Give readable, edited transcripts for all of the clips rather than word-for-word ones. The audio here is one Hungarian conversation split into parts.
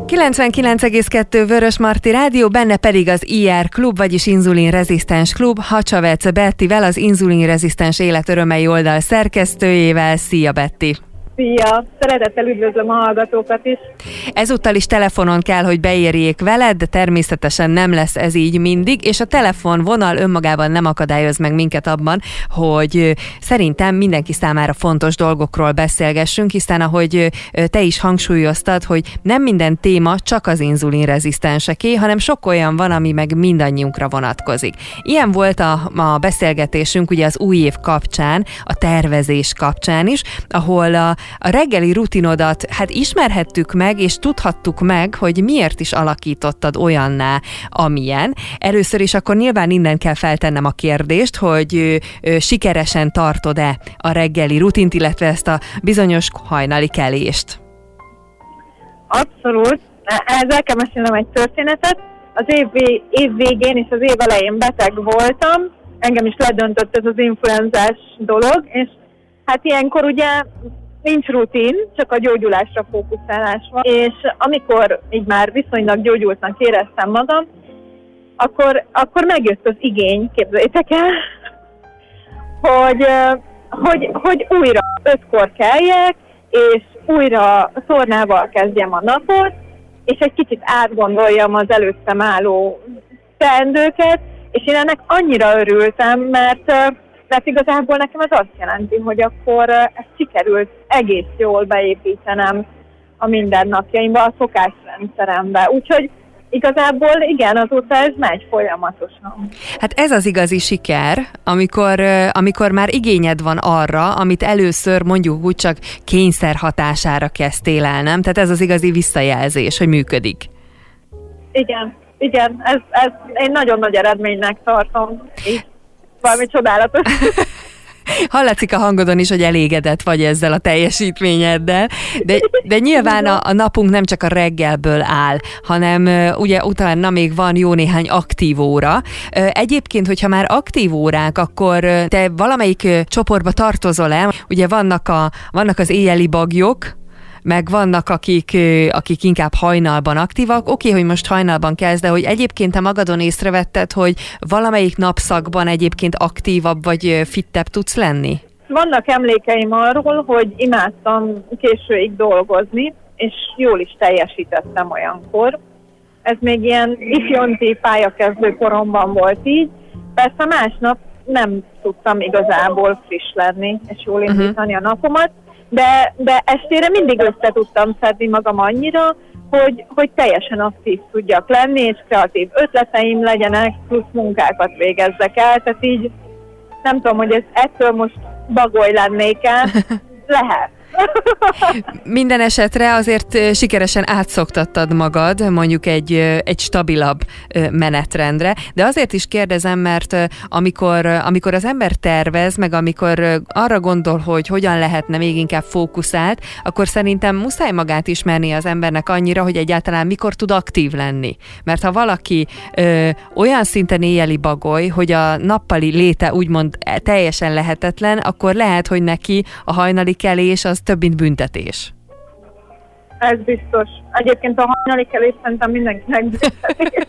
99,2 Vörösmarty Rádió, benne pedig az IR Klub, vagyis Inzulinrezisztens Klub, Hacsavec Bettivel, az Inzulinrezisztens Életörömei oldal szerkesztőjével. Szia, Betty! Szia! Szeretettel üdvözlöm a hallgatókat is! Ezúttal is telefonon kell, hogy beérjék veled, de természetesen nem lesz ez így mindig, és a telefonvonal önmagában nem akadályoz meg minket abban, hogy szerintem mindenki számára fontos dolgokról beszélgessünk, hiszen ahogy te is hangsúlyoztad, hogy nem minden téma csak az inzulinrezisztenseké, hanem sok olyan van, ami meg mindannyiunkra vonatkozik. Ilyen volt a beszélgetésünk ugye az új év kapcsán, a tervezés kapcsán is, ahol a reggeli rutinodat ismerhettük meg, és tudhattuk meg, hogy miért is alakítottad olyanná, amilyen. Először is akkor nyilván innen kell feltennem a kérdést, hogy sikeresen tartod-e a reggeli rutint, illetve ezt a bizonyos hajnali kelést? Abszolút. Ehhez el kell mesélnem egy történetet. Az év végén és az év elején beteg voltam. Engem is ledöntött ez az influenzás dolog, és ilyenkor ugye nincs rutin, csak a gyógyulásra fókuszálás van. És amikor így már viszonylag gyógyultnak éreztem magam, akkor megjött az igény, képzeljétek el, hogy újra 5-kor keljek, és újra szornával kezdjem a napot, és egy kicsit átgondoljam az előttem álló teendőket, és én ennek annyira örültem, mert igazából nekem ez azt jelenti, hogy akkor ezt sikerült egész jól beépítenem a mindennapjaimba, a szokásrendszerembe. Úgyhogy igazából igen, azóta ez megy folyamatosan. Hát ez az igazi siker, amikor már igényed van arra, amit először mondjuk úgy csak kényszer hatására kezdtél el, nem? Tehát ez az igazi visszajelzés, hogy működik. Igen, ez én nagyon nagy eredménynek tartom. Valami csodálatos. Hallatszik a hangodon is, hogy elégedett vagy ezzel a teljesítményeddel, de nyilván a napunk nem csak a reggelből áll, hanem ugye utána még van jó néhány aktív óra. Egyébként, hogyha már aktív órák, akkor te valamelyik csoportba tartozol-e? Ugye vannak az éjjeli baglyok, meg vannak, akik inkább hajnalban aktívak. Oké, hogy most hajnalban kezd, de hogy egyébként te magadon észrevetted, hogy valamelyik napszakban egyébként aktívabb vagy fittebb tudsz lenni? Vannak emlékeim arról, hogy imádtam későig dolgozni, és jól is teljesítettem olyankor. Ez még ilyen ifjonti pályakezdő koromban volt így. Persze másnap nem tudtam igazából friss lenni, és jól indítani a napomat. De estére mindig össze tudtam szedni magam annyira, hogy teljesen aktív tudjak lenni, és kreatív ötleteim legyenek, plusz munkákat végezzek el. Tehát így nem tudom, hogy ettől most bagoly lennék-e. Lehet. Minden esetre azért sikeresen átszoktattad magad mondjuk egy stabilabb menetrendre, de azért is kérdezem, mert amikor az ember tervez, meg amikor arra gondol, hogy hogyan lehetne még inkább fókuszált, akkor szerintem muszáj magát ismerni az embernek annyira, hogy egyáltalán mikor tud aktív lenni. Mert ha valaki olyan szinten éjjeli bagoly, hogy a nappali léte úgymond teljesen lehetetlen, akkor lehet, hogy neki a hajnali kelés az több, mint büntetés. Ez biztos. Egyébként a hajnali kelés szerintem mindenkinek büntetés.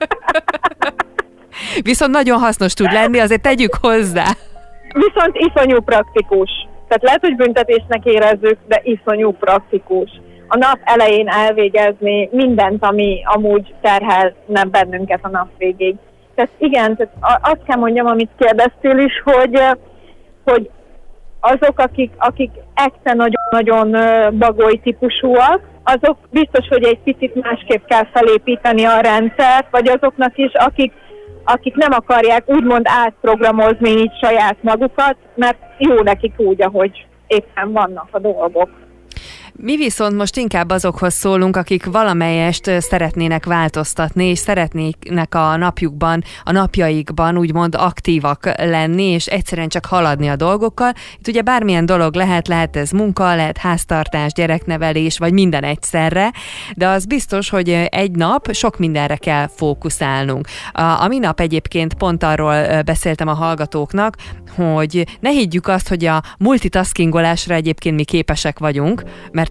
Viszont nagyon hasznos tud lenni, azért tegyük hozzá. Viszont iszonyú praktikus. Tehát lehet, hogy büntetésnek érezzük, de iszonyú praktikus. A nap elején elvégezni mindent, ami amúgy terhelne bennünket a nap végéig. Tehát igen, tehát azt kell mondjam, amit kérdeztél is, hogy azok, akik extra nagyon-nagyon bagoly típusúak, azok biztos, hogy egy picit másképp kell felépíteni a rendszert, vagy azoknak is, akik nem akarják úgymond átprogramozni így saját magukat, mert jó nekik úgy, ahogy éppen vannak a dolgok. Mi viszont most inkább azokhoz szólunk, akik valamelyest szeretnének változtatni, és szeretnének a napjukban, a napjaikban úgymond aktívak lenni, és egyszerűen csak haladni a dolgokkal. Itt ugye bármilyen dolog lehet ez munka, lehet háztartás, gyereknevelés, vagy minden egyszerre, de az biztos, hogy egy nap sok mindenre kell fókuszálnunk. A minap egyébként pont arról beszéltem a hallgatóknak, hogy ne higgyük azt, hogy a multitaskingolásra egyébként mi képesek vagyunk, mert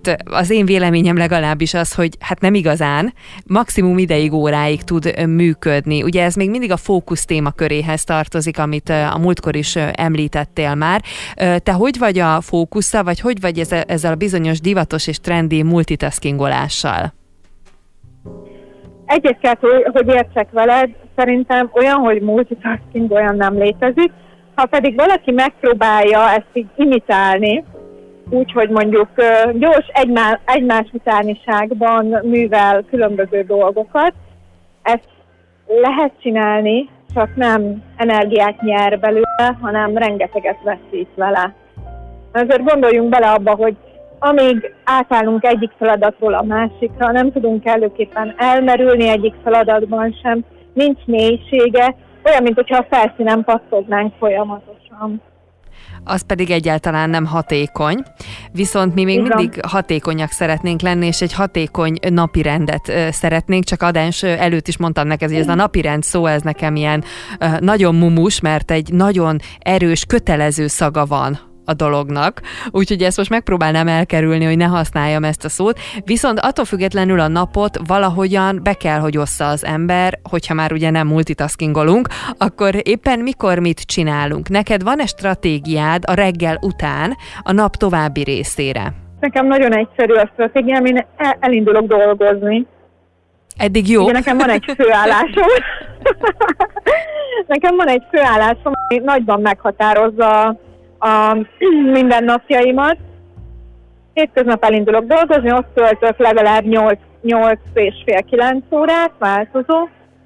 hát az én véleményem legalábbis az, hogy hát nem igazán, maximum ideig, óráig tud működni. Ugye ez még mindig a fókusz témaköréhez tartozik, amit a múltkor is említettél már. Te hogy vagy a fókusszal, vagy hogy vagy ezzel a bizonyos divatos és trendi multitaskingolással? Egyet kell, hogy értsek veled, szerintem olyan, hogy multitasking olyan nem létezik. Ha pedig valaki megpróbálja ezt így imitálni, úgyhogy mondjuk gyors egymás utániságban művel különböző dolgokat, ezt lehet csinálni, csak nem energiát nyer belőle, hanem rengeteget veszít vele. Ezért gondoljunk bele abba, hogy amíg átállunk egyik feladatról a másikra, nem tudunk kellőképpen elmerülni egyik feladatban sem, nincs mélysége, olyan, mint hogyha a felszínen passzognánk folyamatosan. Az pedig egyáltalán nem hatékony, viszont mi még mindig hatékonyak szeretnénk lenni, és egy hatékony napirendet szeretnénk, csak adás előtt is mondtam neked, hogy ez a napirend szó, ez nekem ilyen nagyon mumus, mert egy nagyon erős, kötelező szaga van a dolognak, úgyhogy ezt most megpróbálnám elkerülni, hogy ne használjam ezt a szót, viszont attól függetlenül a napot valahogyan be kell, hogy ossza az ember, hogyha már ugye nem multitaskingolunk, akkor éppen mikor mit csinálunk? Neked van-e stratégiád a reggel után a nap további részére? Nekem nagyon egyszerű a stratégiám, én elindulok dolgozni. Eddig jó. Ugye nekem van egy főállásom. Ami nagyban meghatározza a mindennapjaimat. Hétköznap elindulok dolgozni, ott töltök legalább 8 és fél 9 órát, változó.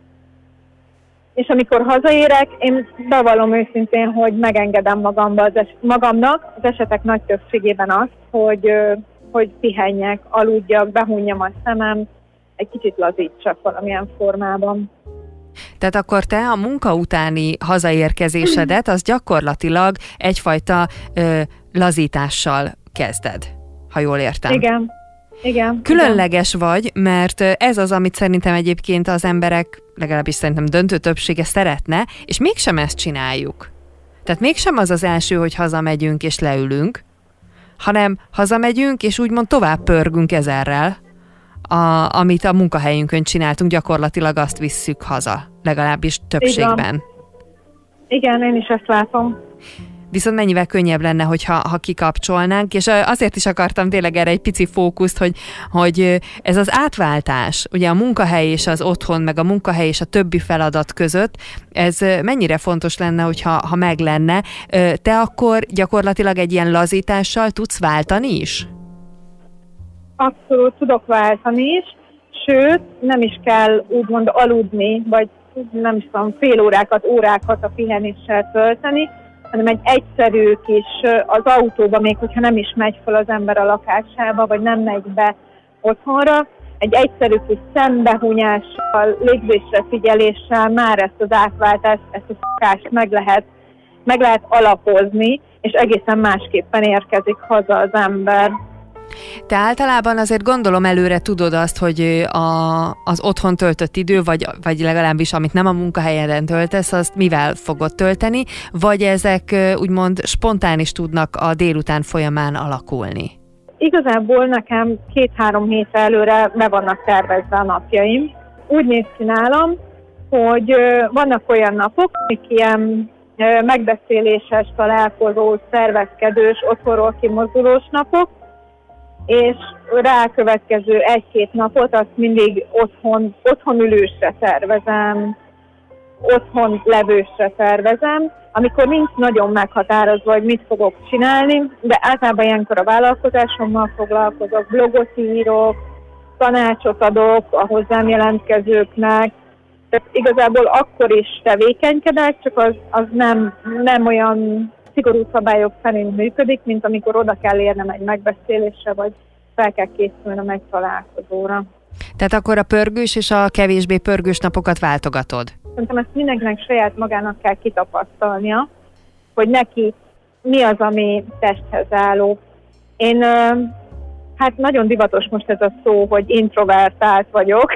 És amikor hazaérek, én bevallom őszintén, hogy megengedem magamnak az esetek nagy többségében azt, hogy pihenjek, aludjak, behunjam a szemem, egy kicsit lazítsak valamilyen formában. Tehát akkor te a munka utáni hazaérkezésedet az gyakorlatilag egyfajta lazítással kezded, ha jól értem. Igen. Különleges vagy, mert ez az, amit szerintem egyébként az emberek, legalábbis szerintem döntő többsége szeretne, és mégsem ezt csináljuk. Tehát mégsem az az első, hogy hazamegyünk és leülünk, hanem hazamegyünk és úgymond tovább pörgünk ezerrel, amit a munkahelyünkön csináltunk, gyakorlatilag azt visszük haza, legalábbis többségben. Igen, én is ezt látom. Viszont mennyivel könnyebb lenne, ha kikapcsolnánk, és azért is akartam tényleg erre egy pici fókuszt, hogy ez az átváltás, ugye a munkahely és az otthon, meg a munkahely és a többi feladat között, ez mennyire fontos lenne, ha meg lenne. Te akkor gyakorlatilag egy ilyen lazítással tudsz váltani is? Abszolút tudok váltani is, sőt, nem is kell úgymond aludni, vagy nem is tudom, fél órákat a pihenéssel tölteni, hanem egy egyszerű kis az autóba, még hogyha nem is megy fel az ember a lakásába, vagy nem megy be otthonra, egy egyszerű kis szembehunyással, légzésre figyeléssel már ezt az átváltást, ezt a szokást meg lehet alapozni, és egészen másképpen érkezik haza az ember. Te általában azért gondolom előre tudod azt, hogy az otthon töltött idő, vagy legalábbis amit nem a munkahelyeden töltesz, azt mivel fogod tölteni, vagy ezek úgymond spontán is tudnak a délután folyamán alakulni? Igazából nekem 2-3 hét előre be vannak tervezve a napjaim. Úgy néz ki nálam, hogy vannak olyan napok, amik ilyen megbeszéléses, találkozós, szervezkedős, otthonról kimozdulós napok, és rákövetkező 1-2 napot azt mindig otthon ülősre tervezem, otthon levősre tervezem, amikor nincs nagyon meghatározva, hogy mit fogok csinálni, de általában ilyenkor a vállalkozásommal foglalkozok, blogot írok, tanácsot adok a hozzám jelentkezőknek, tehát igazából akkor is tevékenykedek, csak az nem olyan szigorú szabályok szerint működik, mint amikor oda kell érnem egy megbeszélésre, vagy fel kell készülnem egy találkozóra. Tehát akkor a pörgős és a kevésbé pörgős napokat váltogatod? Szerintem ezt mindenkinek saját magának kell kitapasztalnia, hogy neki mi az, ami testhez álló. Én, hát nagyon divatos most ez a szó, hogy introvertált vagyok.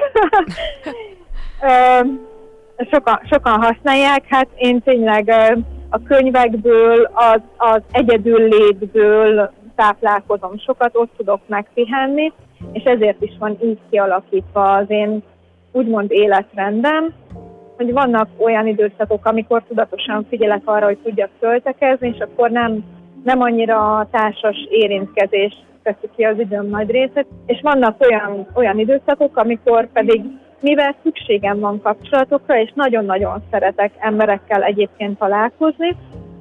Sokan használják, hát én tényleg a könyvekből, az egyedül létből táplálkozom sokat, ott tudok megpihenni, és ezért is van így kialakítva az én úgymond életrendem, hogy vannak olyan időszakok, amikor tudatosan figyelek arra, hogy tudjak töltekezni, és akkor nem annyira a társas érintkezés teszi ki az időm nagy részét, és vannak olyan időszakok, amikor pedig, mivel szükségem van kapcsolatokra, és nagyon-nagyon szeretek emberekkel egyébként találkozni,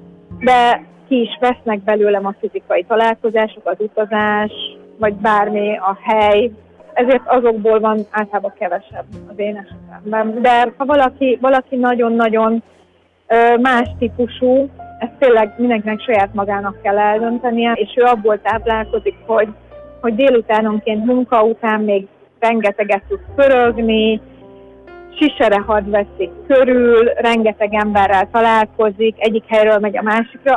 de ki is vesznek belőlem a fizikai találkozások, az utazás, vagy bármi, a hely, ezért azokból van általában kevesebb az én esetemben. De ha valaki nagyon-nagyon más típusú, ezt tényleg mindenkinek saját magának kell eldöntenie, és ő abból táplálkozik, hogy délutánonként munka után még rengeteget tud pörögni, siserehadd veszik körül, rengeteg emberrel találkozik, egyik helyről megy a másikra,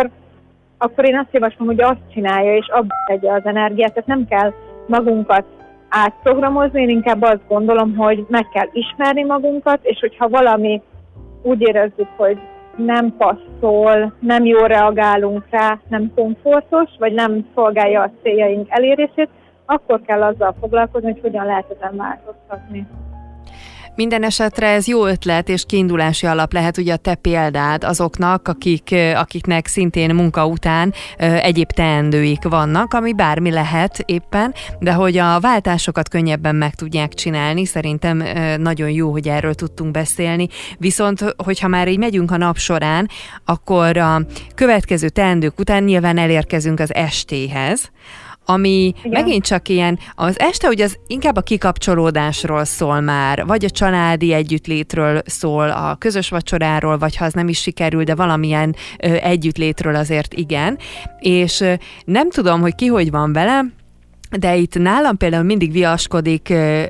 akkor én azt javaslom, hogy azt csinálja, és abba tegye az energiát, tehát nem kell magunkat átprogramozni, én inkább azt gondolom, hogy meg kell ismerni magunkat, és hogyha valami úgy érezzük, hogy nem passzol, nem jól reagálunk rá, nem komfortos, vagy nem szolgálja a céljaink elérését, akkor kell azzal foglalkozni, hogy hogyan lehet ezen változtatni. Minden esetre ez jó ötlet és kiindulási alap lehet ugye a te példád azoknak, akiknek szintén munka után egyéb teendőik vannak, ami bármi lehet éppen, de hogy a váltásokat könnyebben meg tudják csinálni, szerintem nagyon jó, hogy erről tudtunk beszélni. Viszont, hogyha már így megyünk a nap során, akkor a következő teendők után nyilván elérkezünk az estéhez, ami igen, megint csak ilyen, az este ugye az inkább a kikapcsolódásról szól már, vagy a családi együttlétről szól, a közös vacsoráról, vagy ha az nem is sikerül, de valamilyen együttlétről azért igen, és nem tudom, hogy ki hogy van vele, de itt nálam például mindig viaskodik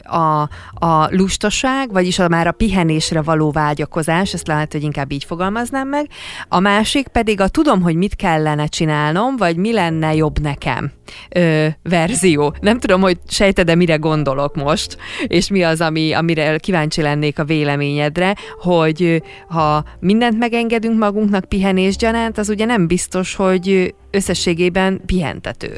a lustaság, vagyis már a pihenésre való vágyakozás, ezt lehet, hogy inkább így fogalmaznám meg. A másik pedig a tudom, hogy mit kellene csinálnom, vagy mi lenne jobb nekem verzió. Nem tudom, hogy sejted-e, mire gondolok most, és mi az, amire kíváncsi lennék a véleményedre, hogy ha mindent megengedünk magunknak pihenés gyanánt, az ugye nem biztos, hogy összességében pihentető.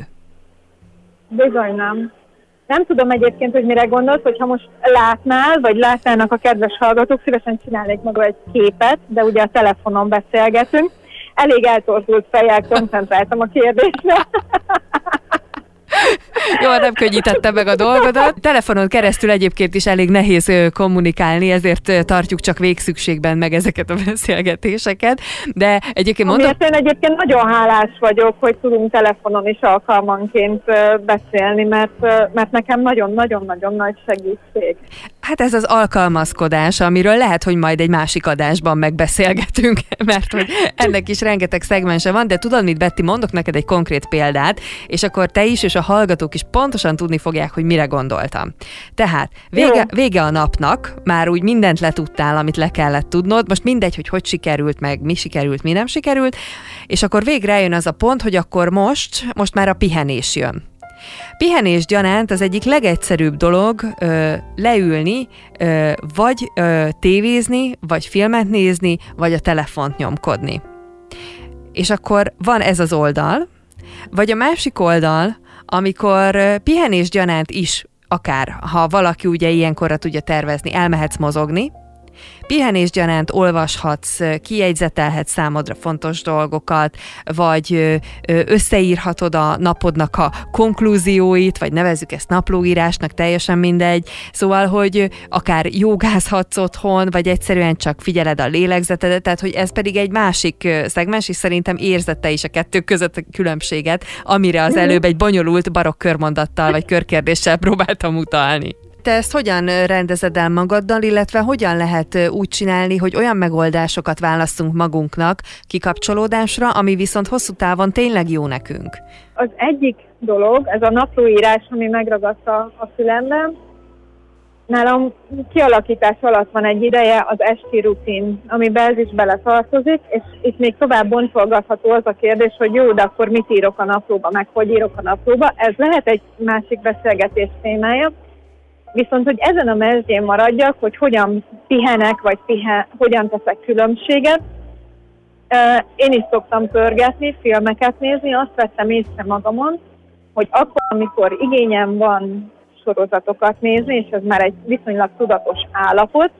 Bizony nem. Nem tudom egyébként, hogy mire gondolsz, hogyha most látnál, vagy látnának a kedves hallgatók, szívesen csinálnék maga egy képet, de ugye a telefonon beszélgetünk. Elég eltorzult fejjel koncentráltam a kérdésre. Jó, nem könnyítette meg a dolgodat. Telefonon keresztül egyébként is elég nehéz kommunikálni, ezért tartjuk csak végszükségben meg ezeket a beszélgetéseket. De egyébként Amiért én egyébként nagyon hálás vagyok, hogy tudunk telefonon is alkalmanként beszélni, mert nekem nagyon-nagyon-nagyon nagy segítség. Hát ez az alkalmazkodás, amiről lehet, hogy majd egy másik adásban megbeszélgetünk, mert hogy ennek is rengeteg szegmense van, de tudod mit, Betty, mondok neked egy konkrét példát, és akkor te is, és a hallgatók is pontosan tudni fogják, hogy mire gondoltam. Tehát vége a napnak, már úgy mindent letudtál, amit le kellett tudnod, most mindegy, hogy sikerült, meg mi sikerült, mi nem sikerült, és akkor végre eljön az a pont, hogy akkor most már a pihenés jön. Pihenés gyanánt az egyik legegyszerűbb dolog leülni, vagy tévézni, vagy filmet nézni, vagy a telefont nyomkodni. És akkor van ez az oldal, vagy a másik oldal, amikor pihenés gyanánt is, akár ha valaki ugye ilyenkorra tudja tervezni, elmehetsz mozogni, pihenés gyanánt olvashatsz, kijegyzetelhetsz számodra fontos dolgokat, vagy összeírhatod a napodnak a konklúzióit, vagy nevezzük ezt naplóírásnak, teljesen mindegy. Szóval, hogy akár jogázhatsz otthon, vagy egyszerűen csak figyeled a lélegzetedet, tehát hogy ez pedig egy másik szegmens, és szerintem érzed te is a kettő között a különbséget, amire az előbb egy bonyolult barokk körmondattal, vagy körkérdéssel próbáltam utalni. Te ezt hogyan rendezed el magaddal, illetve hogyan lehet úgy csinálni, hogy olyan megoldásokat válasszunk magunknak kikapcsolódásra, ami viszont hosszú távon tényleg jó nekünk? Az egyik dolog, ez a naplóírás, ami megragadta a fülemben. Nálam kialakítás alatt van egy ideje az esti rutin, amiben ez is beletartozik, és itt még tovább boncolgatható az a kérdés, hogy jó, de akkor mit írok a naplóba, meg hogy írok a naplóba. Ez lehet egy másik beszélgetés témája. Viszont, hogy ezen a mesdjén maradjak, hogy hogyan pihenek, vagy hogyan teszek különbséget, Én is szoktam pörgetni, filmeket nézni, azt vettem észre magamon, hogy akkor, amikor igényem van sorozatokat nézni, és ez már egy viszonylag tudatos állapot,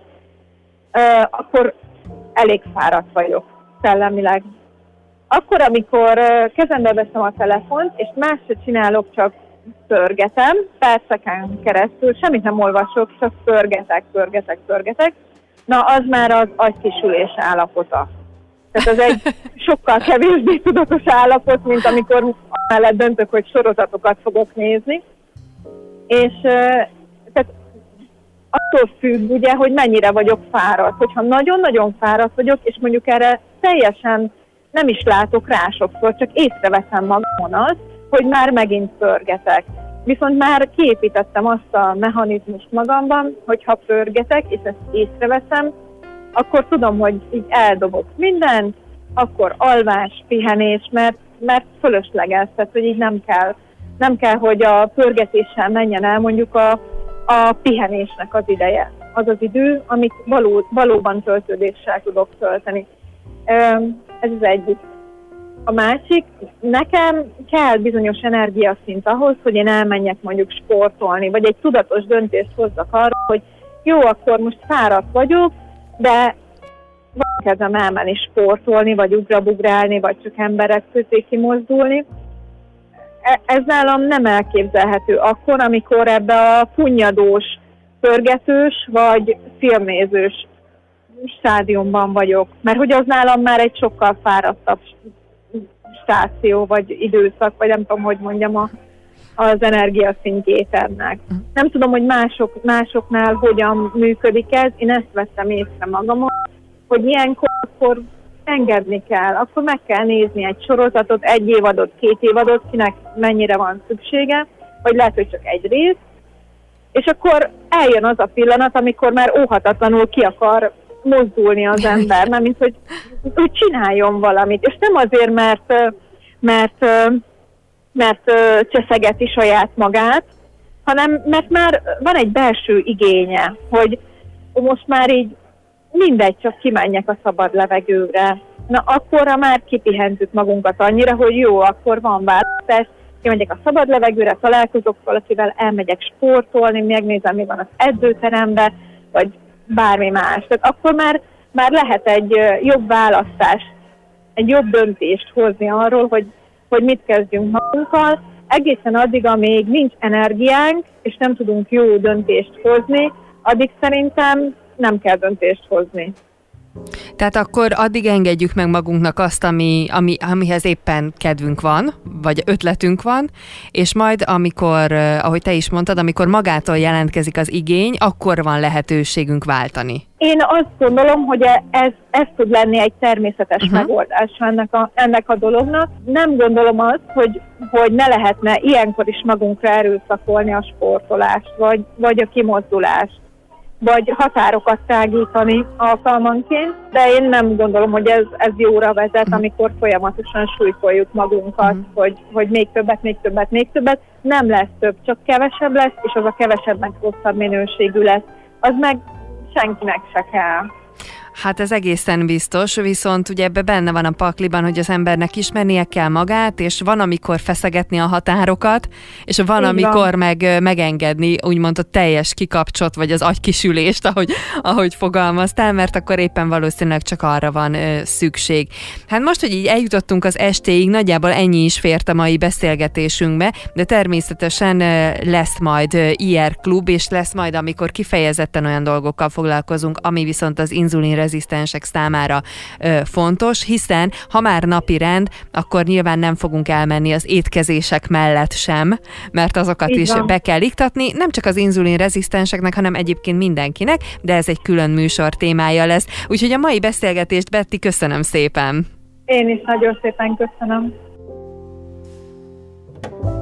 akkor elég fáradt vagyok szellemileg. Akkor, amikor kezembe veszem a telefont, és más se csinálok, csak pörgetem, perceken keresztül, semmit nem olvasok, csak pörgetek, na az már az agykisülés állapota. Tehát az egy sokkal kevésbé tudatos állapot, mint amikor amellett döntök, hogy sorozatokat fogok nézni. És tehát attól függ, ugye, hogy mennyire vagyok fáradt. Hogyha nagyon-nagyon fáradt vagyok, és mondjuk erre teljesen nem is látok rá sokszor, csak észreveszem magamon azt, hogy már megint pörgetek. Viszont már kiépítettem azt a mechanizmust magamban, hogy ha pörgetek, és ezt észreveszem, akkor tudom, hogy így eldobok mindent, akkor alvás, pihenés, mert fölösleges, tehát hogy így nem kell, hogy a pörgetéssel menjen el mondjuk a pihenésnek az ideje. Az az idő, amit valóban töltődéssel tudok tölteni. Ez az egyik. A másik, nekem kell bizonyos energiaszint ahhoz, hogy én elmenjek mondjuk sportolni, vagy egy tudatos döntést hozzak arra, hogy jó, akkor most fáradt vagyok, de van kedvem elmenni sportolni, vagy ugrabugrálni, vagy csak emberek közé kimozdulni. Ez nálam nem elképzelhető akkor, amikor ebbe a punnyadós, pörgetős, vagy filmnézős stádiumban vagyok. Mert hogy az nálam már egy sokkal fáradtabb stáció, vagy időszak, vagy nem tudom, hogy mondjam az energiaszintjét ennek. Nem tudom, hogy másoknál hogyan működik ez, én ezt vettem észre magamon, hogy ilyenkor akkor engedni kell, akkor meg kell nézni egy sorozatot, 1 évadot, 2 évadot, kinek mennyire van szüksége, vagy lehet, hogy csak egy rész, és akkor eljön az a pillanat, amikor már óhatatlanul ki akar mozdulni az ember, mert mint hogy csináljon valamit, és nem azért, mert cseszegeti saját magát, hanem mert már van egy belső igénye, hogy most már így mindegy, csak kimenjek a szabad levegőre. Na akkorra már kipihentük magunkat annyira, hogy jó, akkor van választás, kimegyek a szabad levegőre, találkozok valakivel, elmegyek sportolni, megnézem, mi van az edzőteremben, vagy bármi más. Tehát akkor már lehet egy jobb választás, egy jobb döntést hozni arról, hogy mit kezdjünk magunkkal, egészen addig, amíg nincs energiánk, és nem tudunk jó döntést hozni, addig szerintem nem kell döntést hozni. Tehát akkor addig engedjük meg magunknak azt, amihez éppen kedvünk van, vagy ötletünk van, és majd amikor, ahogy te is mondtad, amikor magától jelentkezik az igény, akkor van lehetőségünk váltani. Én azt gondolom, hogy ez tud lenni egy természetes megoldás ennek a dolognak. Nem gondolom azt, hogy ne lehetne ilyenkor is magunkra erőszakolni a sportolást, vagy a kimozdulást, vagy határokat tágítani alkalmanként, de én nem gondolom, hogy ez jóra vezet, amikor folyamatosan súlykoljuk magunkat, hogy még többet. Nem lesz több, csak kevesebb lesz, és az a kevesebbnek rosszabb minőségű lesz. Az meg senkinek se kell. Hát ez egészen biztos, viszont ugye ebbe benne van a pakliban, hogy az embernek ismernie kell magát, és van, amikor feszegetni a határokat, és van, amikor megengedni úgymond a teljes kikapcsot, vagy az agykisülést, ahogy fogalmaztál, mert akkor éppen valószínűleg csak arra van szükség. Hát most, hogy így eljutottunk az estéig, nagyjából ennyi is fért a mai beszélgetésünkbe, de természetesen lesz majd IR klub, és lesz majd, amikor kifejezetten olyan dolgokkal foglalkozunk, ami viszont az inzulinrezisztensek számára fontos, hiszen ha már napirend, akkor nyilván nem fogunk elmenni az étkezések mellett sem, mert azokat is be kell iktatni, nem csak az inzulinrezisztenseknek, hanem egyébként mindenkinek, de ez egy külön műsor témája lesz. Úgyhogy a mai beszélgetést, Betty, köszönöm szépen! Én is nagyon szépen köszönöm!